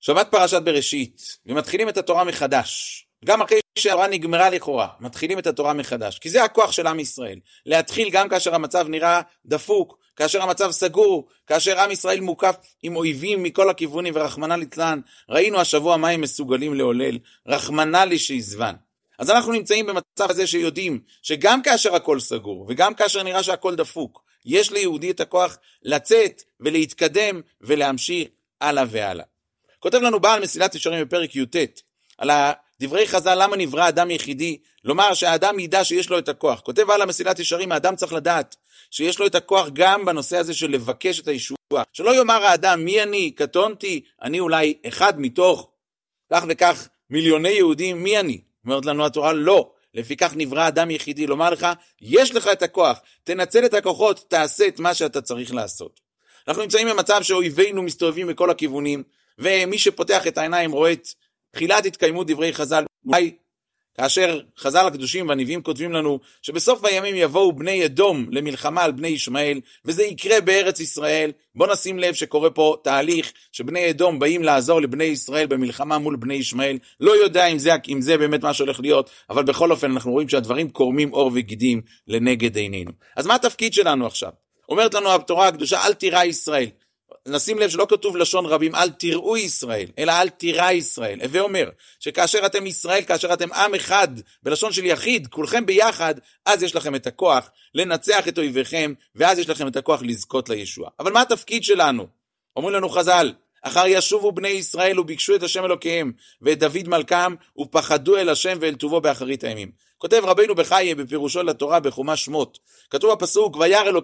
שבת פרשת בראשית, ומתחילים את התורה מחדש. גם אחרי שהתורה נגמרה לכאורה, מתחילים את התורה מחדש. כי זה הכוח של עם ישראל. להתחיל גם כאשר המצב נראה דפוק, כאשר המצב סגור, כאשר עם ישראל מוקף עם אויבים מכל הכיוונים ורחמנא ליצלן. ראינו השבוע מה הם מסוגלים לעולל, רחמנא לי שיזבן. אז אנחנו נמצאים במצב הזה שיודעים שגם כאשר הכל סגור, וגם כאשר נראה שהכל דפוק, יש ליהודי את הכוח לצאת ולהתקדם ולהמשיך הלאה והלאה. כותב לנו בעל מסילת ישרים בפרק י"ט, על דברי חז"ל למה נברא אדם יחידי, לומר שהאדם ידע שיש לו את הכוח. כותב בעל המסילת ישרים, האדם צריך לדעת שיש לו את הכוח גם בנושא הזה של לבקש את הישועה. שלא יאמר האדם, מי אני? קטונתי, אני אולי אחד מתוך כך וכך מיליוני יהודים, מי אני? אומרת לנו התורה, לא. לפיכך נברא אדם יחידי, לומר לך, יש לך את הכוח, תנצל את הכוחות, תעשה את מה שאתה צריך לעשות. אנחנו נמצאים במצב שאויבינו מסתובבים מכל הכיוונים, ומי שפותח את העיניים רואה את תחילת התקיימות דברי חז"ל, אולי כאשר חז"ל הקדושים והנביאים כותבים לנו שבסוף הימים יבואו בני אדום למלחמה על בני ישמעאל, וזה יקרה בארץ ישראל. בוא נשים לב שקורה פה תהליך שבני אדום באים לעזור לבני ישראל במלחמה מול בני ישמעאל. לא יודע אם זה באמת מה שהולך להיות, אבל בכל אופן אנחנו רואים שהדברים קורמים עור וגידים לנגד עינינו. אז מה התפקיד שלנו עכשיו? אומרת לנו התורה הקדושה, אל תירא ישראל. נשים לב שלא כתוב לשון רבים, אל תראו ישראל, אלא אל תירא ישראל. הווה אומר, שכאשר אתם ישראל, כאשר אתם עם אחד, בלשון של יחיד, כולכם ביחד, אז יש לכם את הכוח לנצח את אויביכם, ואז יש לכם את הכוח לזכות לישועה. אבל מה התפקיד שלנו? אומרים לנו חז"ל, אחר ישובו בני ישראל וביקשו את השם אלוקיהם, ואת דוד מלכם, ופחדו אל השם ואל טובו באחרית הימים. כותב רבינו בחיי בפירושו לתורה בחומש שמות, כתוב הפסוק,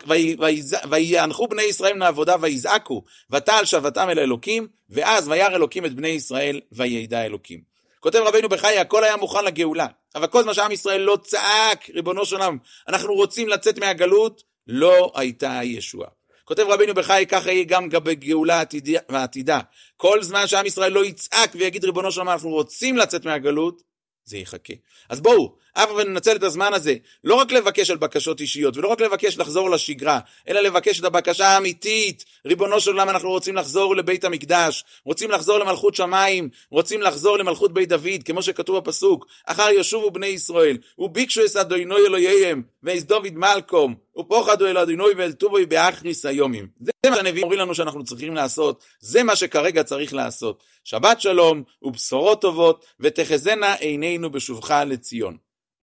ויאנחו בני ישראל מן העבודה ויזעקו, ותעל שבתם אל האלוקים, ואז וירא אלוקים את בני ישראל וידע אלוקים. כותב רבינו בחיי, הכל היה מוכן לגאולה, אבל כל זמן שעם ישראל לא צעק, ריבונו של עולם, אנחנו רוצים לצאת מהגלות, לא הייתה ישועה. כותב רבינו בחיי, ככה יהיה גם בגאולה העתידה. כל זמן שעם ישראל לא יצעק ויגיד ריבונו של עולם, אנחנו רוצים לצאת מהגלות, זה יחכה. אז בואו, אף וננצל את הזמן הזה, לא רק לבקש על בקשות אישיות, ולא רק לבקש לחזור לשגרה, אלא לבקש את הבקשה האמיתית. ריבונו של עולם, אנחנו רוצים לחזור לבית המקדש, רוצים לחזור למלכות שמיים, רוצים לחזור למלכות בית דוד, כמו שכתוב בפסוק, אחר ישובו בני ישראל, וביקשו את אדוני אלוהיהם, ואת דוד מלכם, ופוחדו אל אדוני ואל טובו באחריס היומים. זה מה שהנביאים אומרים לנו שאנחנו צריכים לעשות, זה מה שכרגע צריך לעשות. שבת שלום ובשורות טובות, ותחזינה עינינו בשובך לציון.